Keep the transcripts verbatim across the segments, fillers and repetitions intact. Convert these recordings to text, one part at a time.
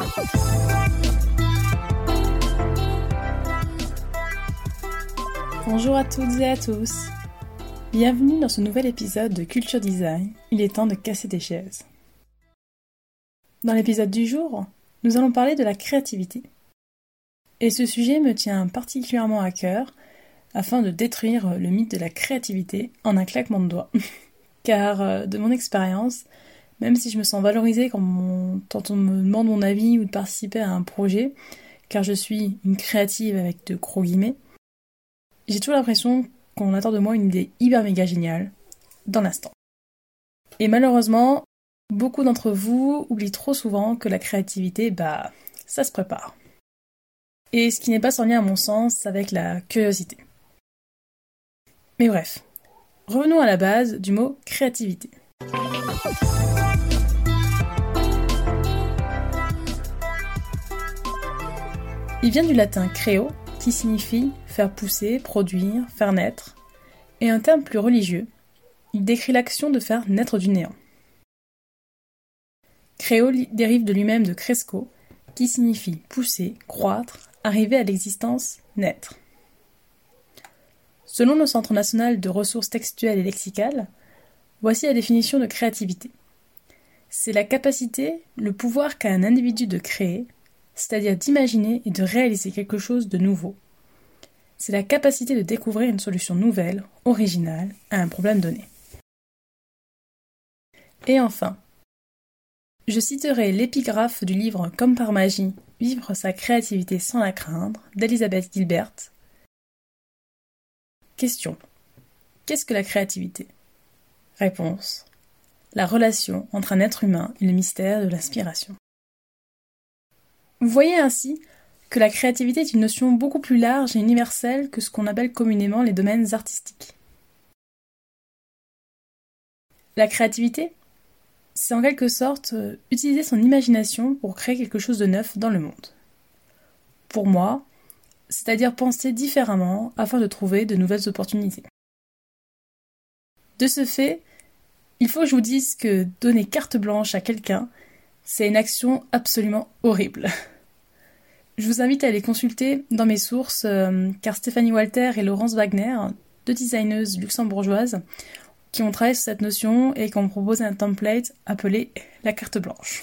Bonjour à toutes et à tous. Bienvenue dans ce nouvel épisode de Culture Design. Il est temps de casser des chaises. Dans l'épisode du jour, nous allons parler de la créativité. Et ce sujet me tient particulièrement à cœur afin de détruire le mythe de la créativité en un claquement de doigts. Car de mon expérience, même si je me sens valorisée quand, mon, quand on me demande mon avis ou de participer à un projet, car je suis une créative avec de gros guillemets, j'ai toujours l'impression qu'on attend de moi une idée hyper méga géniale, dans l'instant. Et malheureusement, beaucoup d'entre vous oublient trop souvent que la créativité, bah, ça se prépare. Et ce qui n'est pas sans lien à mon sens avec la curiosité. Mais bref, revenons à la base du mot créativité. Il vient du latin creo, qui signifie faire pousser, produire, faire naître, et un terme plus religieux, il décrit l'action de faire naître du néant. Creo dérive de lui-même de cresco, qui signifie pousser, croître, arriver à l'existence, naître. Selon le Centre national de ressources textuelles et lexicales, voici la définition de créativité. C'est la capacité, le pouvoir qu'a un individu de créer, c'est-à-dire d'imaginer et de réaliser quelque chose de nouveau. C'est la capacité de découvrir une solution nouvelle, originale, à un problème donné. Et enfin, je citerai l'épigraphe du livre Comme par magie, Vivre sa créativité sans la craindre, d'Elizabeth Gilbert. Question. Qu'est-ce que la créativité ? Réponse. La relation entre un être humain et le mystère de l'inspiration. Vous voyez ainsi que la créativité est une notion beaucoup plus large et universelle que ce qu'on appelle communément les domaines artistiques. La créativité, c'est en quelque sorte euh, utiliser son imagination pour créer quelque chose de neuf dans le monde. Pour moi, c'est-à-dire penser différemment afin de trouver de nouvelles opportunités. De ce fait, il faut que je vous dise que donner carte blanche à quelqu'un, c'est une action absolument horrible. Je vous invite à aller consulter dans mes sources, euh, car Stéphanie Walter et Laurence Wagner, deux designeuses luxembourgeoises, qui ont travaillé sur cette notion et qui ont proposé un template appelé la carte blanche.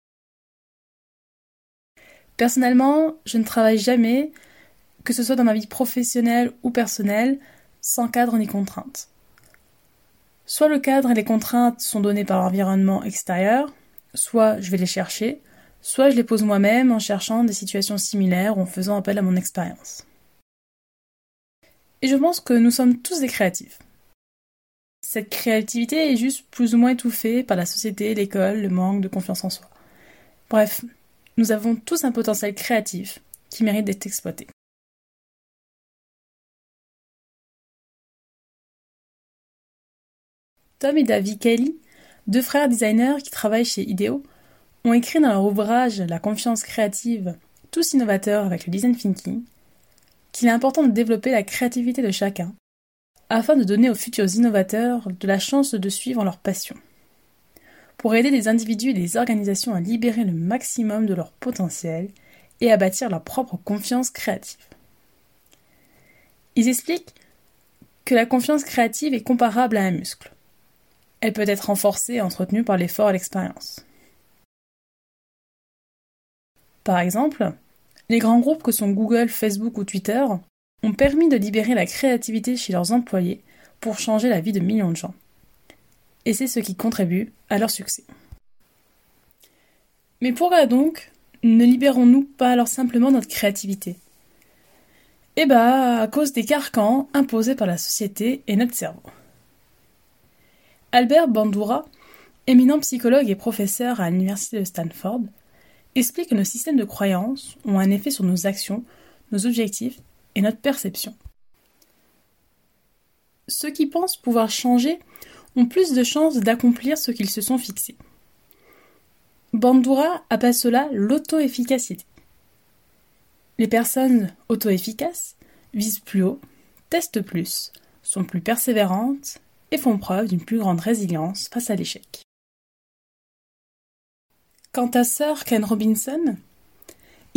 Personnellement, je ne travaille jamais, que ce soit dans ma vie professionnelle ou personnelle, sans cadre ni contrainte. Soit le cadre et les contraintes sont donnés par l'environnement extérieur, soit je vais les chercher, soit je les pose moi-même en cherchant des situations similaires ou en faisant appel à mon expérience. Et je pense que nous sommes tous des créatifs. Cette créativité est juste plus ou moins étouffée par la société, l'école, le manque de confiance en soi. Bref, nous avons tous un potentiel créatif qui mérite d'être exploité. Tom et Davy Kelly, deux frères designers qui travaillent chez Ideo, ont écrit dans leur ouvrage La confiance créative, tous innovateurs avec le design thinking, qu'il est important de développer la créativité de chacun, afin de donner aux futurs innovateurs de la chance de suivre leur passion, pour aider les individus et les organisations à libérer le maximum de leur potentiel et à bâtir leur propre confiance créative. Ils expliquent que la confiance créative est comparable à un muscle. Elle peut être renforcée et entretenue par l'effort et l'expérience. Par exemple, les grands groupes que sont Google, Facebook ou Twitter ont permis de libérer la créativité chez leurs employés pour changer la vie de millions de gens. Et c'est ce qui contribue à leur succès. Mais pourquoi donc ne libérons-nous pas alors simplement notre créativité ? Eh bah, à cause des carcans imposés par la société et notre cerveau. Albert Bandura, éminent psychologue et professeur à l'université de Stanford, explique que nos systèmes de croyances ont un effet sur nos actions, nos objectifs et notre perception. Ceux qui pensent pouvoir changer ont plus de chances d'accomplir ce qu'ils se sont fixés. Bandura appelle cela l'auto-efficacité. Les personnes auto-efficaces visent plus haut, testent plus, sont plus persévérantes et font preuve d'une plus grande résilience face à l'échec. Quant à Sir Ken Robinson,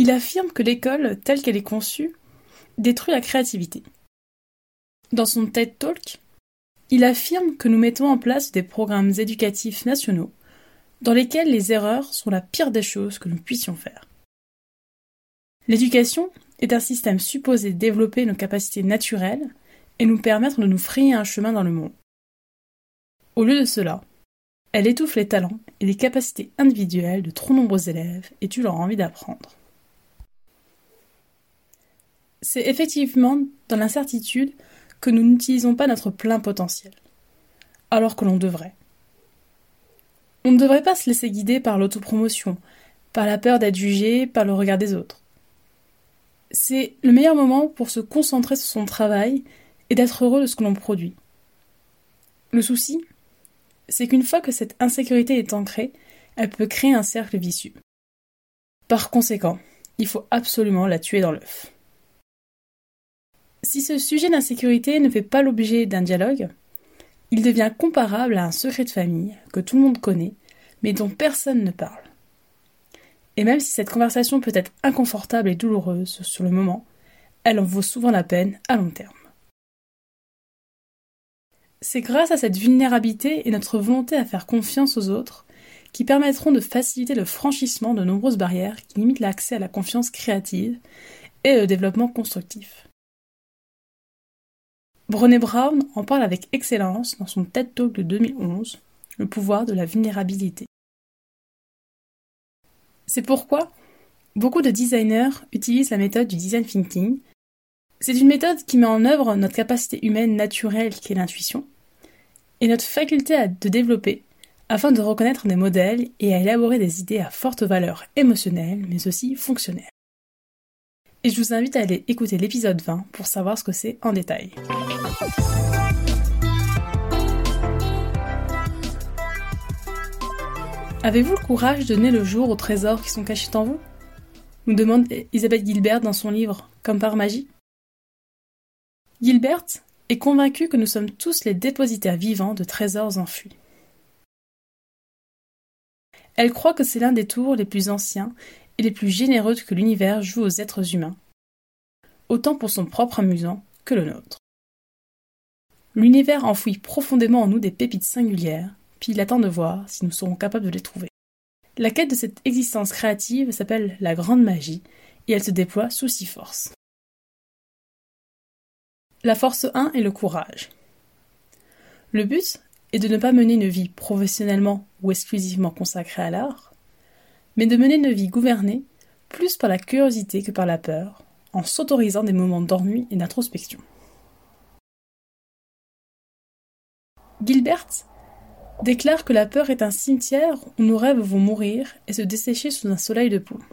Il affirme que l'école, telle qu'elle est conçue, détruit la créativité. Dans son TED Talk, il affirme que nous mettons en place des programmes éducatifs nationaux dans lesquels les erreurs sont la pire des choses que nous puissions faire. L'éducation est un système supposé développer nos capacités naturelles et nous permettre de nous frayer un chemin dans le monde. Au lieu de cela, elle étouffe les talents et les capacités individuelles de trop nombreux élèves et tue leur envie d'apprendre. C'est effectivement dans l'incertitude que nous n'utilisons pas notre plein potentiel, alors que l'on devrait. On ne devrait pas se laisser guider par l'autopromotion, par la peur d'être jugé, par le regard des autres. C'est le meilleur moment pour se concentrer sur son travail et d'être heureux de ce que l'on produit. Le souci, c'est qu'une fois que cette insécurité est ancrée, elle peut créer un cercle vicieux. Par conséquent, il faut absolument la tuer dans l'œuf. Si ce sujet d'insécurité ne fait pas l'objet d'un dialogue, il devient comparable à un secret de famille que tout le monde connaît, mais dont personne ne parle. Et même si cette conversation peut être inconfortable et douloureuse sur le moment, elle en vaut souvent la peine à long terme. C'est grâce à cette vulnérabilité et notre volonté à faire confiance aux autres qui permettront de faciliter le franchissement de nombreuses barrières qui limitent l'accès à la confiance créative et le développement constructif. Brené Brown en parle avec excellence dans son TED Talk de deux mille onze, Le pouvoir de la vulnérabilité. C'est pourquoi beaucoup de designers utilisent la méthode du design thinking. C'est une méthode qui met en œuvre notre capacité humaine naturelle qui est l'intuition et notre faculté à de développer afin de reconnaître des modèles et à élaborer des idées à forte valeur émotionnelle mais aussi fonctionnelle. Et je vous invite à aller écouter l'épisode vingt pour savoir ce que c'est en détail. Avez-vous le courage de donner le jour aux trésors qui sont cachés en vous ? Nous demande Isabelle Gilbert dans son livre « Comme par magie ». Gilbert est convaincue que nous sommes tous les dépositaires vivants de trésors enfuis. Elle croit que c'est l'un des tours les plus anciens et les plus généreux que l'univers joue aux êtres humains, autant pour son propre amusant que le nôtre. L'univers enfouit profondément en nous des pépites singulières, puis il attend de voir si nous serons capables de les trouver. La quête de cette existence créative s'appelle la grande magie, et elle se déploie sous six forces. La force un est le courage. Le but est de ne pas mener une vie professionnellement ou exclusivement consacrée à l'art, mais de mener une vie gouvernée plus par la curiosité que par la peur, en s'autorisant des moments d'ennui et d'introspection. Gilbert déclare que la peur est un cimetière où nos rêves vont mourir et se dessécher sous un soleil de plomb.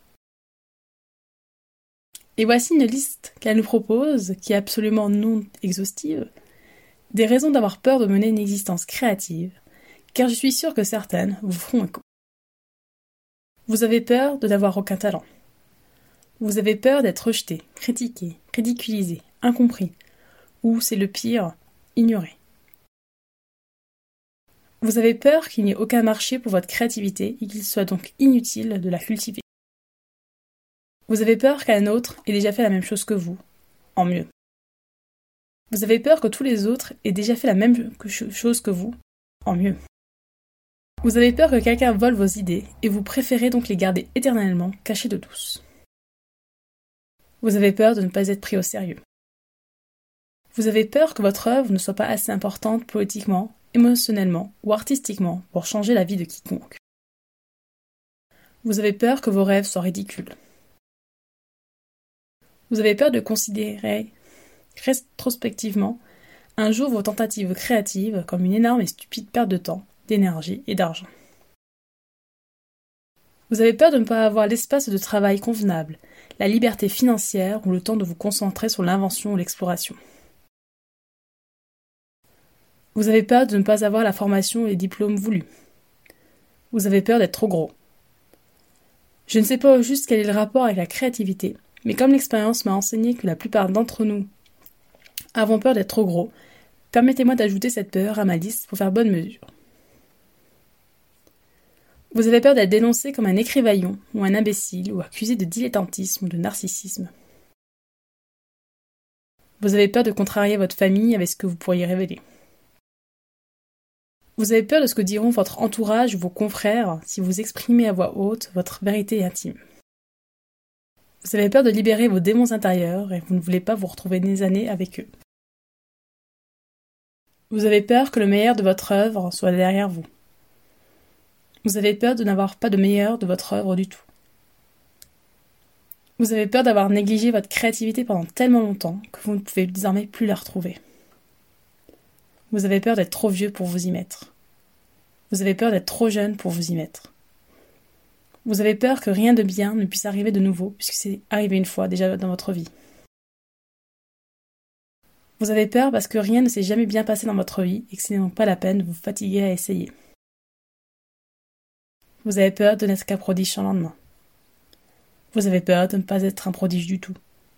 Et voici une liste qu'elle nous propose, qui est absolument non exhaustive, des raisons d'avoir peur de mener une existence créative, car je suis sûre que certaines vous feront écho. Vous avez peur de n'avoir aucun talent. Vous avez peur d'être rejeté, critiqué, ridiculisé, incompris, ou, c'est le pire, ignoré. Vous avez peur qu'il n'y ait aucun marché pour votre créativité et qu'il soit donc inutile de la cultiver. Vous avez peur qu'un autre ait déjà fait la même chose que vous, en mieux. Vous avez peur que tous les autres aient déjà fait la même chose que vous, en mieux. Vous avez peur que quelqu'un vole vos idées et vous préférez donc les garder éternellement cachées de tous. Vous avez peur de ne pas être pris au sérieux. Vous avez peur que votre œuvre ne soit pas assez importante politiquement, émotionnellement ou artistiquement pour changer la vie de quiconque. Vous avez peur que vos rêves soient ridicules. Vous avez peur de considérer rétrospectivement un jour vos tentatives créatives comme une énorme et stupide perte de temps, d'énergie et d'argent. Vous avez peur de ne pas avoir l'espace de travail convenable, la liberté financière ou le temps de vous concentrer sur l'invention ou l'exploration. Vous avez peur de ne pas avoir la formation et les diplômes voulus. Vous avez peur d'être trop gros. Je ne sais pas au juste quel est le rapport avec la créativité, mais comme l'expérience m'a enseigné que la plupart d'entre nous avons peur d'être trop gros, permettez-moi d'ajouter cette peur à ma liste pour faire bonne mesure. Vous avez peur d'être dénoncé comme un écrivaillon ou un imbécile ou accusé de dilettantisme ou de narcissisme. Vous avez peur de contrarier votre famille avec ce que vous pourriez révéler. Vous avez peur de ce que diront votre entourage ou vos confrères si vous exprimez à voix haute votre vérité intime. Vous avez peur de libérer vos démons intérieurs et vous ne voulez pas vous retrouver des années avec eux. Vous avez peur que le meilleur de votre œuvre soit derrière vous. Vous avez peur de n'avoir pas de meilleur de votre œuvre du tout. Vous avez peur d'avoir négligé votre créativité pendant tellement longtemps que vous ne pouvez désormais plus la retrouver. Vous avez peur d'être trop vieux pour vous y mettre. Vous avez peur d'être trop jeune pour vous y mettre. Vous avez peur que rien de bien ne puisse arriver de nouveau puisque c'est arrivé une fois déjà dans votre vie. Vous avez peur parce que rien ne s'est jamais bien passé dans votre vie et que ce n'est donc pas la peine de vous fatiguer à essayer. Vous avez peur de n'être qu'un prodige sans lendemain. Vous avez peur de ne pas être un prodige du tout.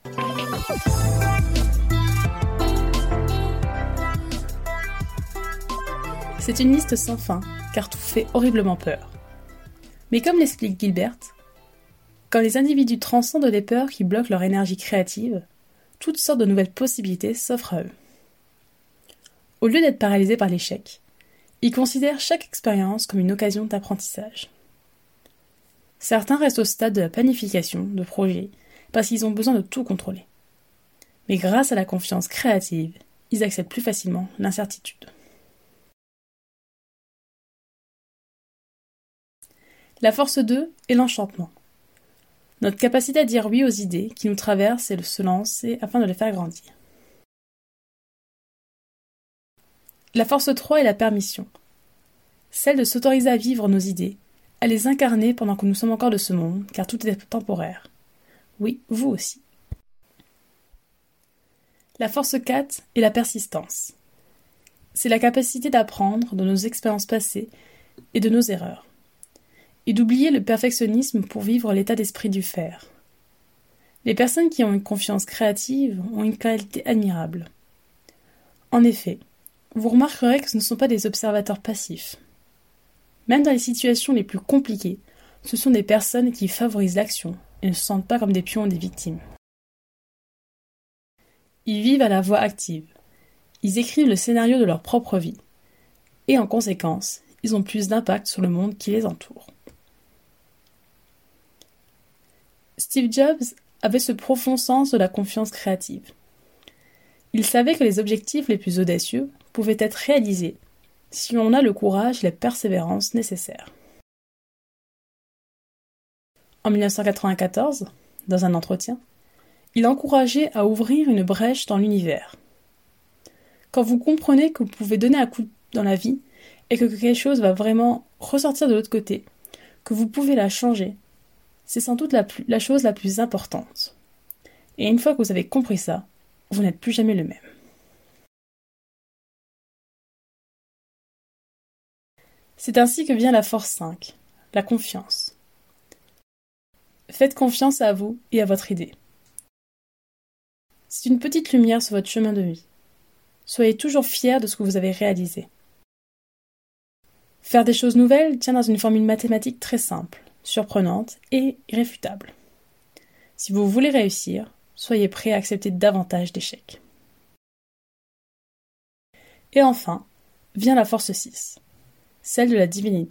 C'est une liste sans fin, car tout fait horriblement peur. Mais comme l'explique Gilbert, quand les individus transcendent les peurs qui bloquent leur énergie créative, toutes sortes de nouvelles possibilités s'offrent à eux. Au lieu d'être paralysés par l'échec, ils considèrent chaque expérience comme une occasion d'apprentissage. Certains restent au stade de la planification de projets parce qu'ils ont besoin de tout contrôler. Mais grâce à la confiance créative, ils acceptent plus facilement l'incertitude. La force deux est l'enchantement. Notre capacité à dire oui aux idées qui nous traversent et de se lancer afin de les faire grandir. La force trois est la permission. Celle de s'autoriser à vivre nos idées, à les incarner pendant que nous sommes encore de ce monde, car tout est temporaire. Oui, vous aussi. La force quatre est la persistance. C'est la capacité d'apprendre de nos expériences passées et de nos erreurs, et d'oublier le perfectionnisme pour vivre l'état d'esprit du faire. Les personnes qui ont une confiance créative ont une qualité admirable. En effet, vous remarquerez que ce ne sont pas des observateurs passifs. Même dans les situations les plus compliquées, ce sont des personnes qui favorisent l'action et ne se sentent pas comme des pions ou des victimes. Ils vivent à la voix active. Ils écrivent le scénario de leur propre vie. Et en conséquence, ils ont plus d'impact sur le monde qui les entoure. Steve Jobs avait ce profond sens de la confiance créative. Il savait que les objectifs les plus audacieux pouvaient être réalisés si on a le courage et la persévérance nécessaires. En mille neuf cent quatre-vingt-quatorze, dans un entretien, il encourageait à ouvrir une brèche dans l'univers. Quand vous comprenez que vous pouvez donner un coup dans la vie et que quelque chose va vraiment ressortir de l'autre côté, que vous pouvez la changer, c'est sans doute la, plus, la chose la plus importante. Et une fois que vous avez compris ça, vous n'êtes plus jamais le même. C'est ainsi que vient la force cinq, la confiance. Faites confiance à vous et à votre idée. C'est une petite lumière sur votre chemin de vie. Soyez toujours fiers de ce que vous avez réalisé. Faire des choses nouvelles tient dans une formule mathématique très simple, surprenante et irréfutable. Si vous voulez réussir, soyez prêt à accepter davantage d'échecs. Et enfin, vient la force six, celle de la divinité.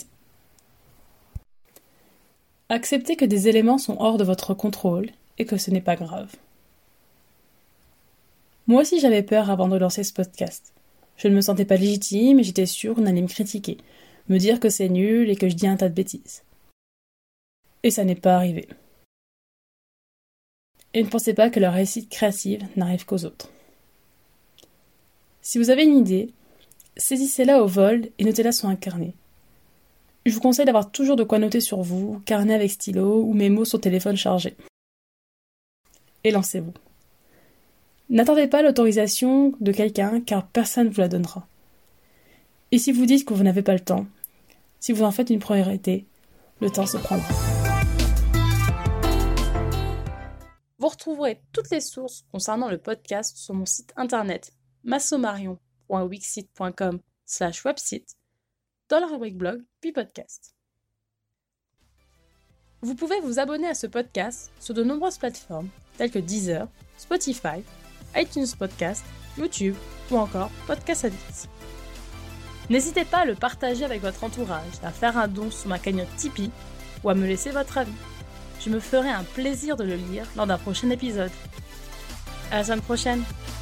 Acceptez que des éléments sont hors de votre contrôle et que ce n'est pas grave. Moi aussi j'avais peur avant de lancer ce podcast. Je ne me sentais pas légitime et j'étais sûre qu'on allait me critiquer, me dire que c'est nul et que je dis un tas de bêtises. Et ça n'est pas arrivé. Et ne pensez pas que la réussite créative n'arrive qu'aux autres. Si vous avez une idée, saisissez-la au vol et notez-la sur un carnet. Je vous conseille d'avoir toujours de quoi noter sur vous, carnet avec stylo ou mémo sur téléphone chargé. Et lancez-vous. N'attendez pas l'autorisation de quelqu'un car personne ne vous la donnera. Et si vous dites que vous n'avez pas le temps, si vous en faites une priorité, le temps se prendra. Vous retrouverez toutes les sources concernant le podcast sur mon site internet massomarion point wixsite point com slash website dans la rubrique blog puis podcast. Vous pouvez vous abonner à ce podcast sur de nombreuses plateformes telles que Deezer, Spotify, iTunes Podcast, YouTube ou encore Podcast Addict. N'hésitez pas à le partager avec votre entourage, à faire un don sur ma cagnotte Tipeee ou à me laisser votre avis. Je me ferai un plaisir de le lire lors d'un prochain épisode. À la semaine prochaine!